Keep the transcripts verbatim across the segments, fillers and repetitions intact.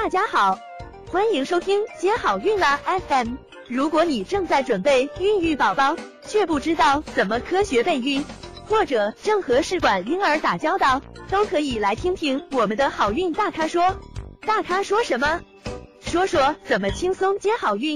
大家好，欢迎收听接好运啦 F M。如果你正在准备孕育宝宝，却不知道怎么科学备孕，或者正和试管婴儿打交道，都可以来听听我们的好运大咖说。大咖说什么？说说怎么轻松接好运。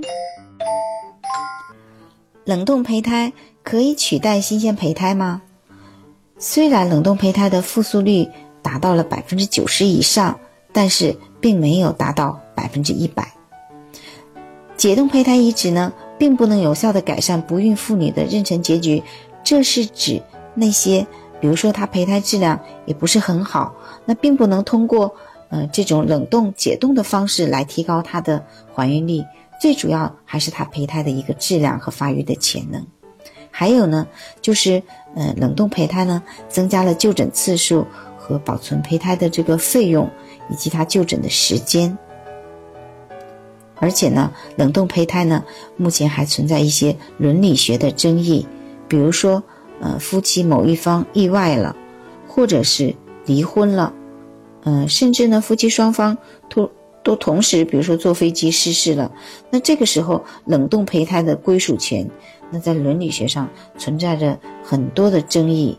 冷冻胚胎可以取代新鲜胚胎吗？虽然冷冻胚胎的复苏率达到了 百分之九十 以上，但是并没有达到 百分之百。解冻胚胎移植呢，并不能有效地改善不孕妇女的妊娠结局，这是指那些比如说她胚胎质量也不是很好，那并不能通过呃这种冷冻解冻的方式来提高她的怀孕率，最主要还是她胚胎的一个质量和发育的潜能。还有呢，就是呃冷冻胚胎呢，增加了就诊次数和保存胚胎的这个费用，以及它就诊的时间。而且呢，冷冻胚胎呢，目前还存在一些伦理学的争议，比如说呃夫妻某一方意外了，或者是离婚了，呃甚至呢夫妻双方都都同时比如说坐飞机失事了，那这个时候冷冻胚胎的归属权，那在伦理学上存在着很多的争议。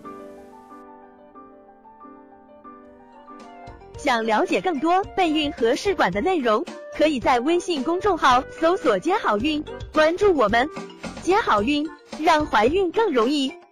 想了解更多备孕和试管的内容，可以在微信公众号搜索接好运，关注我们。接好运，让怀孕更容易。